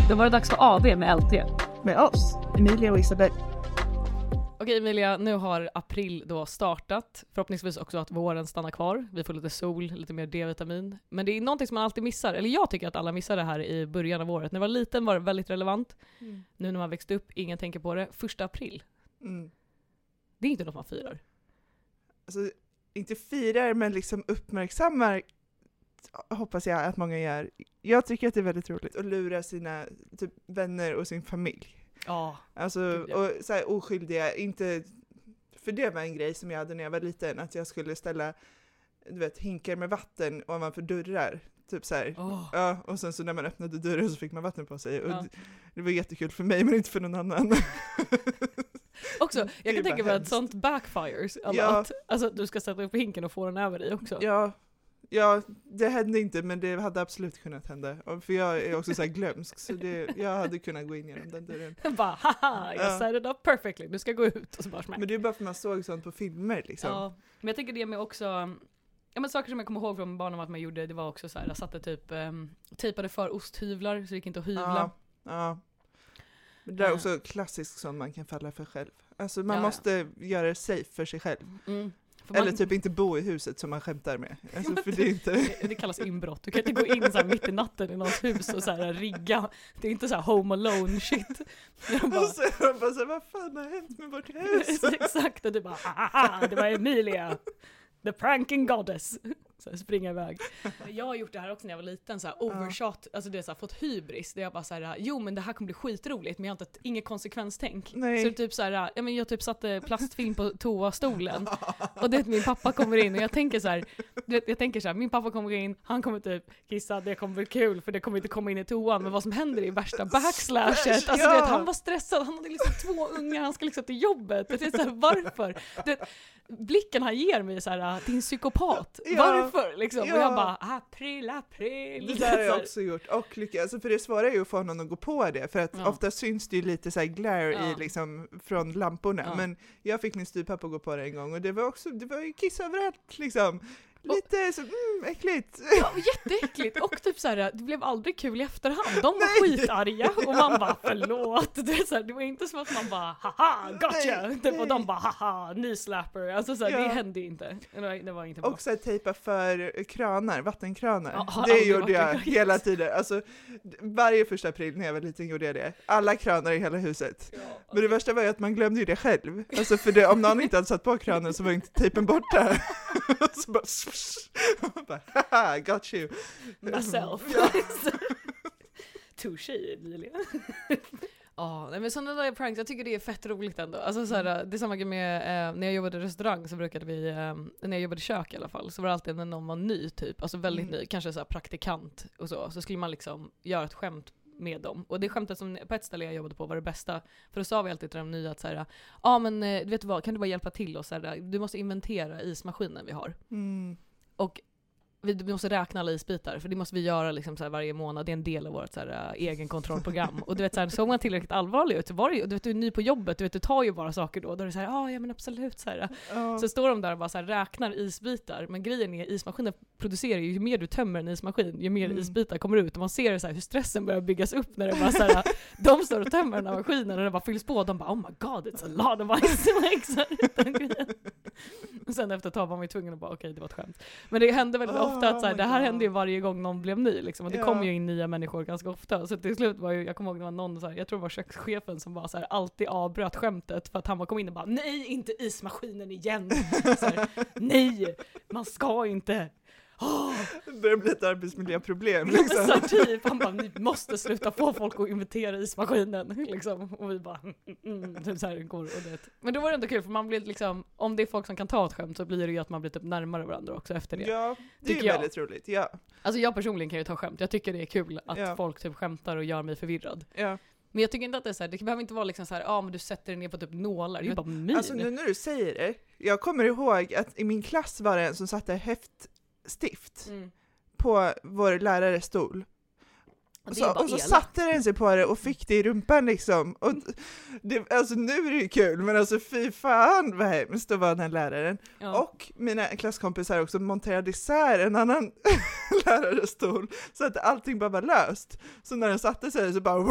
Då var det dags för AV med LT. Med oss, Emilia och Isabel. Okej Emilia, nu har april då startat. Förhoppningsvis också att våren stannar kvar. Vi får lite sol, lite mer D-vitamin. Men det är någonting som man alltid missar. Eller jag tycker att alla missar det här i början av året. När jag var liten var det väldigt relevant. Nu när man växt upp, ingen tänker på det. 1 april. Det är inte något man firar. Alltså, inte firar, men liksom uppmärksammar, hoppas jag att många gör. Jag tycker att det är väldigt roligt att lura sina typ, vänner och sin familj. Ja. Alltså, och så här, oskyldiga, inte, för det var en grej som jag hade när jag var liten, att jag skulle ställa, du vet, hinkar med vatten ovanför dörrar. Typ så här. Ja, och sen så när man öppnade dörren så fick man vatten på sig. Och det var jättekul för mig, men inte för någon annan. Också, jag kan tänka mig att sånt backfires. Alltså du ska sätta upp hinken och få den över dig också. Ja, det hände inte, men det hade absolut kunnat hända. För jag är också så här glömsk, så jag hade kunnat gå in genom den dörren. Bara, haha, jag set it up perfectly. Du ska gå ut och så bara smäck. Men det är bara för man såg sånt på filmer liksom. Ja, men jag tänker det med också, ja men saker som jag kommer ihåg från barnen att man gjorde, det var också så här, jag satte typ tejpade för osthyvlar så det gick inte att hyvla. Ja. Men det är också klassiskt som man kan falla för själv. Alltså man måste göra det safe för sig själv. Eller typ inte bo i huset som man skämtar med. Alltså, för det, är inte... det kallas inbrott. Du kan inte gå in så här mitt i natten i någons hus och så här rigga. Det är inte så här home alone shit. Och så vad fan har hänt med vårt hus? Exakt, och du bara, det var Emilia. The pranking goddess. Så springa iväg. Jag har gjort det här också när jag var liten, så här overshot, alltså det är så här, fått hybris. Det är bara så här, jo men det här kommer bli skitroligt, men jag har inte inget konsekvenstänk. Nej. Så det är typ så här, jag typ satte plastfilm på toastolen. Och det min pappa kommer in och jag tänker så här, min pappa kommer in, han kommer typ kissa, det kommer bli kul för det kommer inte komma in i toan, men vad som händer är värsta backslashet. Alltså det, han var stressad, han hade liksom 2 ungar, han ska liksom till jobbet. Det är så här, varför? Blicken han ger mig så här, din psykopat. Varför? Liksom. Och jag bara, april. Det där har jag också gjort. Och alltså, för det svåra är ju att få någon att gå på det. För att ofta syns det ju lite så här glare i, liksom, från lamporna. Ja. Men jag fick min styvpappa att gå på det en gång. Och det var ju kiss överallt liksom. Lite så, äckligt. Ja, jätteäckligt. Och typ så här, det blev aldrig kul i efterhand. De var skitarga och man bara, förlåt. Det var inte som att man bara, haha, gotcha. Typ, och de bara, haha, nyslapper. Alltså så här, det hände inte. Det var inte bra. Och så här, tejpa för kranar, vattenkranar. Det gjorde jag hela tiden. Alltså, varje 1 april när jag var liten gjorde jag det. Alla kranar i hela huset. Ja, okay. Men det värsta var ju att man glömde ju det själv. Alltså för det, om någon inte hade satt på kranen så var inte tejpen borta. Så bara, haha, got you. Myself. Touché, Emilia. Men sådana där pranks, jag tycker det är fett roligt ändå. Alltså såhär, det är samma med när jag jobbade i restaurang så brukade vi, när jag jobbade i kök i alla fall, så var det alltid när någon var ny typ, alltså väldigt ny, kanske såhär praktikant och så skulle man liksom göra ett skämt med dem. Och det skämtet som på ett ställe jag jobbade på var det bästa. För då sa vi alltid till de nya att såhär, men vet du vad, kan du bara hjälpa till oss? Du måste inventera ismaskinen vi har. Och vi måste räkna alla isbitar, för det måste vi göra liksom så här varje månad. Det är en del av vårt så här, egenkontrollprogram. Och du vet, så här, såg man tillräckligt allvarlig ut, var det, du vet, du är ny på jobbet, du vet, du tar ju bara saker då är det så här, ja men absolut så här. Så står de där och bara så här, räknar isbitar, men grejen är ismaskinen producerar ju mer du tömmer en ismaskin, ju mer isbitar kommer ut, och man ser så här, hur stressen börjar byggas upp när det bara så här, de står och tömmer den här maskinen och det bara fylls på, och de bara, oh my god, it's a lot of ice. Och sen efter ett tag var man ju tvungen att bara, okej, det var ett skämt. Men det hände väldigt ofta att så här, det här hände ju varje gång någon blev ny liksom, och det kom ju in nya människor ganska ofta. Så till slut var ju, jag kommer ihåg det var någon så här, jag tror det var kökschefen som bara så här, alltid avbröt skämtet för att han kom in och bara, nej, inte ismaskinen igen. Så här, nej, man ska inte. Det börjar bli ett arbetsmiljöproblem liksom. Så typ, han bara, ni måste sluta få folk att inventera ismaskinen liksom. Och vi bara typ så här går och det. Men då var det ändå kul, för man blir liksom, om det är folk som kan ta ett skämt så blir det ju att man blir typ närmare varandra också efter det. Ja, det är väldigt roligt. Ja. Alltså jag personligen kan ju ta skämt. Jag tycker det är kul att folk typ skämtar och gör mig förvirrad. Ja. Men jag tycker inte att det är så här, det behöver inte vara liksom så här, men du sätter dig ner på typ nålar. Det är bara min. Alltså nu när du säger det, jag kommer ihåg att i min klass var det en som satte häftstift på vår lärares stol. Och så satte den sig på det och fick det i rumpan liksom. Och alltså nu är det ju kul, men alltså fy fan vad hemskt att vara den läraren. Ja. Och mina klasskompisar också monterade isär en annan lärares stol så att allting bara var löst. Så när den satte sig så bara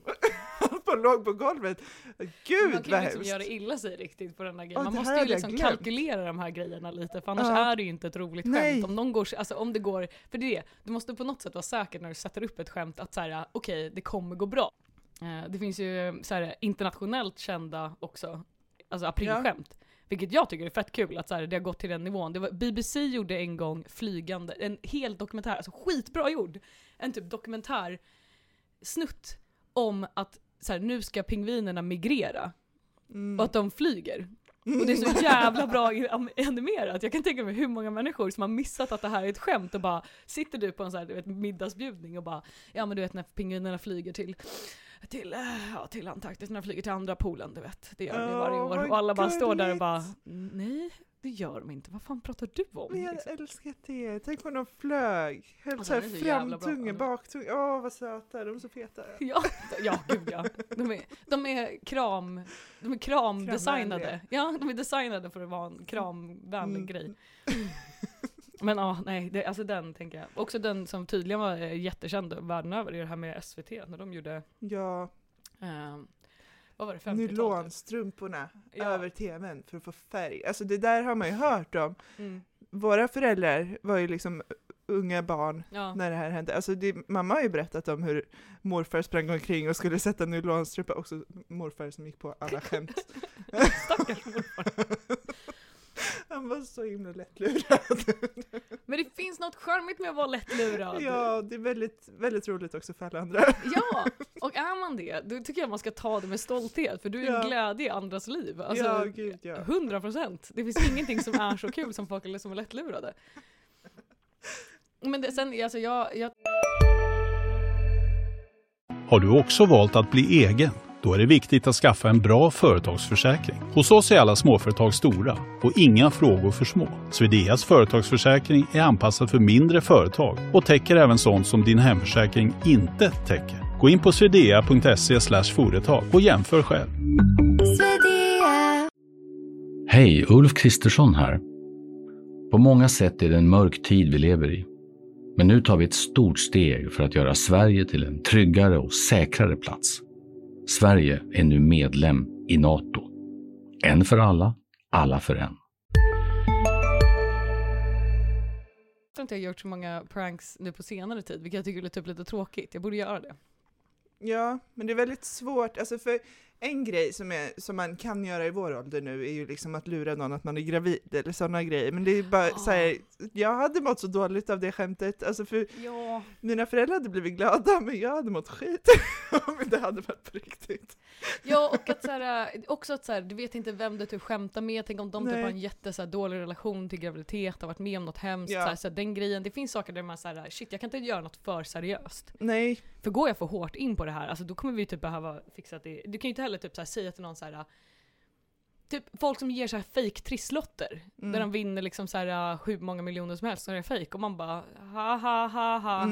låg på golvet. Gud, man kan ju liksom göra illa sig riktigt på den här grejen. Man måste ju liksom kalkylera de här grejerna lite, för annars är det ju inte ett roligt skämt. Om någon går, alltså om det går, för det är det, du måste på något sätt vara säker när du sätter upp ett skämt att så här, okej, det kommer gå bra. Det finns ju så här internationellt kända också, alltså aprilskämt. Vilket jag tycker är fett kul att så här, det har gått till den nivån. Det var, BBC gjorde en gång flygande, en hel dokumentär, alltså skitbra gjord. En typ dokumentär snutt om att så här, nu ska pingvinerna migrera och att de flyger. Och det är så jävla bra animerat. Jag kan tänka mig hur många människor som har missat att det här är ett skämt och bara sitter du på en så här, du vet, middagsbjudning och bara, ja men du vet när pingvinerna flyger till Antarktis, när de flyger till andra polen, du vet. Det gör vi varje år. Och alla bara står där och bara, nej, det gör de inte. Vad fan pratar du om? Men jag älskar det. Tänk om de flög. Helt så här framtunga, baktunga. Åh, vad söta. De är så feta. Ja, gud ja. De är kramdesignade. Ja, de är designade för att vara en kramvänlig grej. Men nej, alltså den tänker jag. Också den som tydligen var jättekänd världen över, är det här med SVT när de gjorde... Ja. Vad var det? 50-talet? Nylonstrumporna över tvn för att få färg. Alltså det där har man ju hört om. Våra föräldrar var ju liksom unga barn när det här hände. Alltså mamma har ju berättat om hur morfar sprang omkring och skulle sätta nylonstrumpor. Också morfar som gick på alla skämt. Stackars morfar. Han var så himla lättlurad. Men det finns något charmigt med att vara lättlurad. Ja, det är väldigt, väldigt roligt också för alla andra. Ja, och är man det, då tycker jag man ska ta det med stolthet. För du är en glädje i andras liv. Alltså, 100%. Det finns ingenting som är så kul som folk som är lättlurade. Men sen, alltså jag... Har du också valt att bli egen? Då är det viktigt att skaffa en bra företagsförsäkring. Hos oss är alla småföretag stora och inga frågor för små. Swedeas företagsförsäkring är anpassad för mindre företag och täcker även sånt som din hemförsäkring inte täcker. Gå in på swedea.se/företag och jämför själv. Hej, Ulf Kristersson här. På många sätt är det en mörk tid vi lever i. Men nu tar vi ett stort steg för att göra Sverige till en tryggare och säkrare plats. Sverige är nu medlem i NATO. En för alla, alla för en. Jag tror inte jag har gjort så många pranks nu på senare tid, vilket jag tycker är typ lite tråkigt. Jag borde göra det. Ja, men det är väldigt svårt. Alltså för en grej som man kan göra i vår ålder nu är ju liksom att lura någon att man är gravid eller sådana grejer. Men det är bara så här, jag hade mått så dåligt av det skämtet. Alltså för mina föräldrar hade blivit glada, men jag hade mått skit om det hade varit på riktigt. Ja, och att så här, också att så här, du vet inte vem du typ skämtar med. Tänk om de typ har en dålig relation till graviditet, har varit med om något hemskt. Så här, den grejen, det finns saker där man så här, shit, jag kan inte göra något för seriöst. Nej. För går jag för hårt in på det här, alltså då kommer vi typ behöva fixa det. Du kan ju inte heller typ så här säga till någon så här, typ folk som ger så här fake trisslotter där de vinner liksom så här hur många miljoner som helst, så är det fake och man bara ha.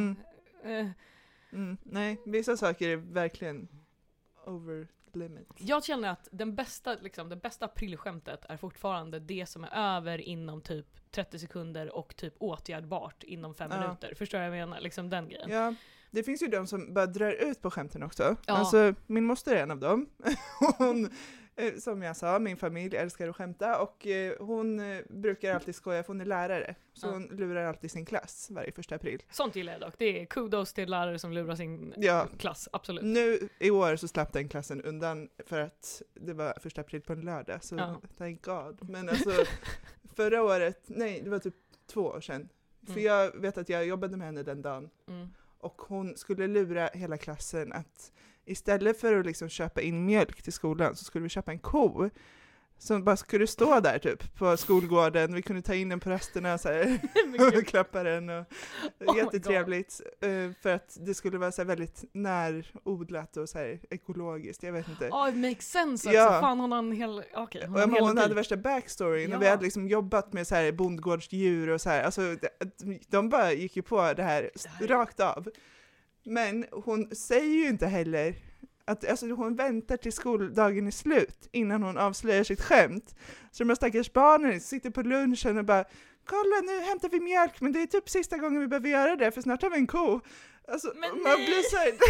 Nej, vissa saker är verkligen over limit. Jag känner att det bästa aprilskämtet är fortfarande det som är över inom typ 30 sekunder och typ åtgärdbart inom 5 minuter. Förstår jag vad jag menar? Liksom den grejen. Ja. Det finns ju de som bara drar ut på skämten också. Ja. Alltså, min moster är en av dem. Hon, som jag sa, min familj älskar att skämta. Och hon brukar alltid skoja, för hon är lärare. Så hon lurar alltid sin klass varje 1 april. Sånt gillar jag dock. Det är kudos till lärare som lurar sin klass, absolut. Nu i år så slapp den klassen undan för att det var 1 april på en lördag. Så thank God. Men alltså, förra året, nej, det var typ 2 år sedan. För jag vet att jag jobbade med henne den dagen. Och hon skulle lura hela klassen att istället för att liksom köpa in mjölk till skolan så skulle vi köpa en ko som bara skulle stå där typ på skolgården. Vi kunde ta in den på rasterna så här, och klappa den. Och, jättetrevligt för att det skulle vara så här väldigt närodlat och så här ekologiskt. Jag vet inte. It makes sense också. Fan, hon har en hel... Okay, hon hade värsta backstoryn och vi hade liksom jobbat med så här bondgårdsdjur och så här. Alltså, de bara gick ju på det här rakt av. Men hon säger ju inte heller att alltså, hon väntar till skoldagen är slut innan hon avslöjar sitt skämt. Så de här stackars barnen sitter på lunchen och bara, kolla nu hämtar vi mjölk, men det är typ sista gången vi behöver göra det för snart har vi en ko. Alltså, men man blir så här...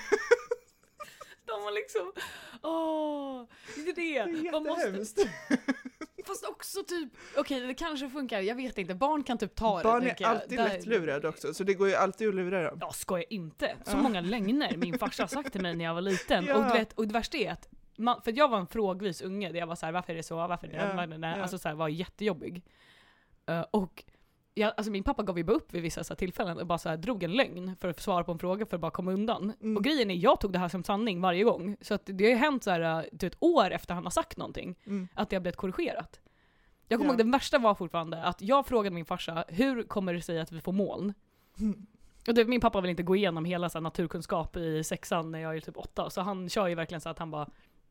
De var liksom, det är det. Man måste... Fast också typ, okej, det kanske funkar, jag vet inte, barn kan typ ta det. Barn är alltid lättlurade också, så det går ju alltid att lura dem. Ja, ska jag inte. Så många lögner min farsa har sagt till mig när jag var liten. Ja. Och det värsta är att, för jag var en frågvis unge, där jag var så här, varför är det så, varför är det alltså så här, var jättejobbig. Och alltså min pappa gav ju bara upp vid vissa så här tillfällen och bara så här drog en lögn för att svara på en fråga för att bara komma undan. Och grejen är, jag tog det här som sanning varje gång. Så att det har ju hänt så här ett år efter han har sagt någonting, att det har blivit korrigerat. Jag kommer ihåg, den värsta var fortfarande att jag frågade min farsa, hur kommer det sig att vi får moln? Och min pappa vill inte gå igenom hela så här naturkunskap i 6:an när jag är typ 8. Så han kör ju verkligen så att han bara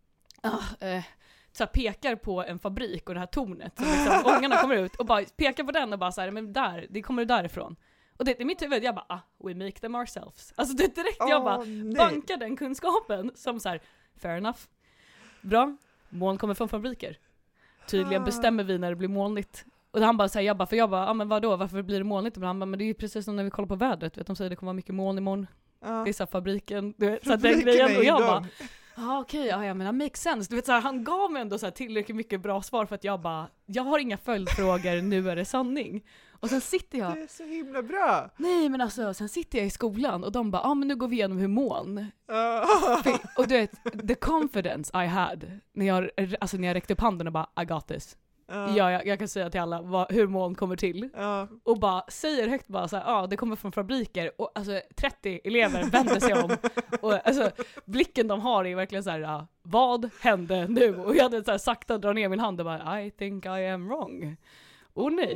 så här pekar på en fabrik och det här tornet så liksom ångarna kommer ut och bara pekar på den och bara så här, men där, det kommer därifrån. Och det är mitt huvud, jag bara, we make them ourselves. Alltså det direkt jag bara bankar den kunskapen som så här, fair enough. Bra, moln kommer från fabriker. Tydligen bestämmer vi när det blir molnigt. Och han bara säger, jag bara, men vadå, varför blir det molnigt? Och han bara, men det är ju precis som när vi kollar på vädret, vet de säger det kommer vara mycket moln imorgon. Det är så här fabriken, du vet, så den grejen. Och jag bara, okej, jag menar, makes sense. Du vet, så här, han gav mig ändå så här tillräckligt mycket bra svar för att jag bara, jag har inga följdfrågor, nu är det sanning. Och sen sitter jag... Det är så himla bra! Nej, men alltså, sen sitter jag i skolan och de bara, men nu går vi igenom hur moln. Och du vet, the confidence I had när jag räckte upp handen och bara, I got this. Jag kan säga till alla hur moln kommer till. Och bara säger högt bara så här, det kommer från fabriker. Och alltså 30 elever vänder sig om. Och alltså blicken de har är verkligen så här, vad hände nu? Och jag hade så här sakta dra ner min hand och bara, I think I am wrong. Nej,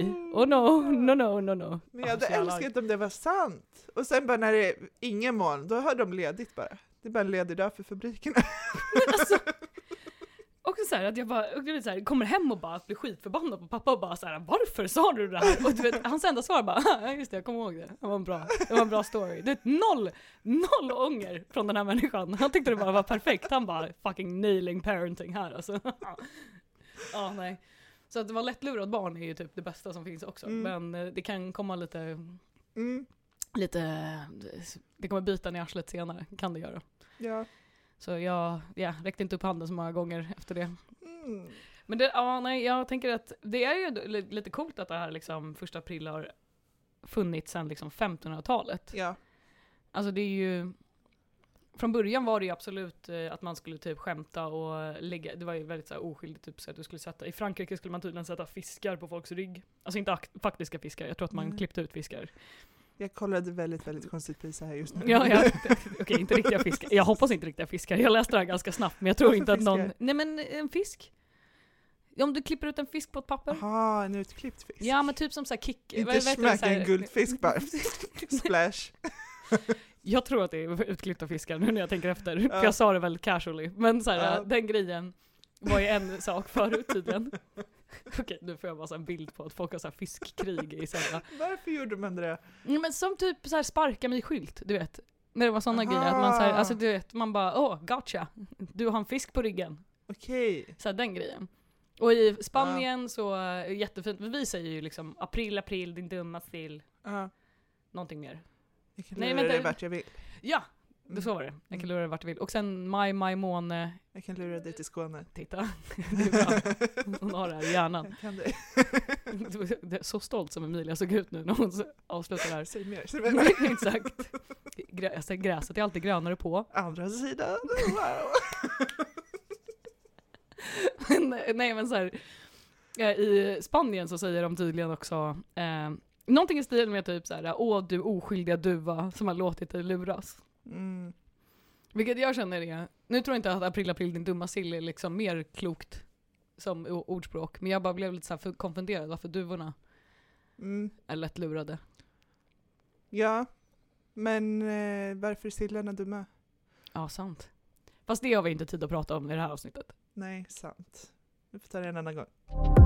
no. Men jag hade älskat om det var sant. Och sen bara när det är ingen moln, då har de ledigt bara. Det är bara en ledig dag för fabrikerna. Alltså, också så här att jag bara så här, kommer hem och bara blir skitförbannad på pappa och bara så här, varför sa du det här? Och du vet, hans enda svar bara, just det, jag kommer ihåg det. Det var en bra story. Det är noll ånger från den här människan. Han tyckte det bara var perfekt. Han bara, fucking nailing parenting här alltså. Nej. Så att det var lättlurat barn är ju typ det bästa som finns också. Men det kan komma lite, det kommer bita i arslet senare, kan det göra. Ja. Så jag räckte inte upp handen så många gånger efter det. Men jag tänker att det är ju lite coolt att det här liksom 1 april har funnits sedan liksom 1500-talet. Ja. Alltså det är ju, från början var det ju absolut att man skulle typ skämta och lägga, det var ju väldigt så här oskyldigt typ så att du skulle sätta, i Frankrike skulle man tydligen sätta fiskar på folks rygg. Alltså inte faktiska fiskar, jag tror att man klippte ut fiskar. Jag kollade väldigt konstigt på här just nu. Ja. Okej, inte riktiga fiskar. Jag hoppas inte riktiga fiskar. Jag läste det här ganska snabbt, men jag tror inte att någon... Nej, men en fisk. Om du klipper ut en fisk på ett papper. Jaha, en utklippt fisk. Ja, men typ som så här kick... Inte smack en guldfisk bara. Splash. Jag tror att det är utklippta fiskar nu när jag tänker efter. För jag sa det väldigt casually. Men så här, den grejen var ju en sak förut tydligen. Okej, nu får jag bara en bild på att folk har så här fiskkrig i sådana. Varför gjorde man det? Ja, men som typ så här sparka mig skylt, du vet. När det var sådana grejer att man så här, alltså du vet, man bara, gotcha. Du har en fisk på ryggen. Okej. Så här, den grejen. Och i Spanien så jättefint. Vi säger ju liksom april, din dumma stil. Någonting mer. Jag kan lura dig vart jag vill. Ja, det så var det. Jag kan lura dig vart jag vill. Och sen maj, måne. Jag kan lura dig till Skåne. Titta, det är bra. Hon har det här i hjärnan. Jag kan det. Det är så stolt som Emilia såg ut nu när hon avslutar det här. Säg mer. Exakt. Gräset är alltid grönare på andra sidan. Wow. Nej, men så här, i Spanien så säger de tydligen också någonting i stil med typ så här, du oskyldiga duva som har låtit dig luras. Vilket jag känner är, nu tror jag inte att april din dumma sill är liksom mer klokt som ordspråk, men jag bara blev lite så här konfunderad varför duvorna är lätt lurade. Ja, men varför är sillarna dumma? Ja, sant. Fast det har vi inte tid att prata om i det här avsnittet. Nej, sant. Vi får ta det en annan gång.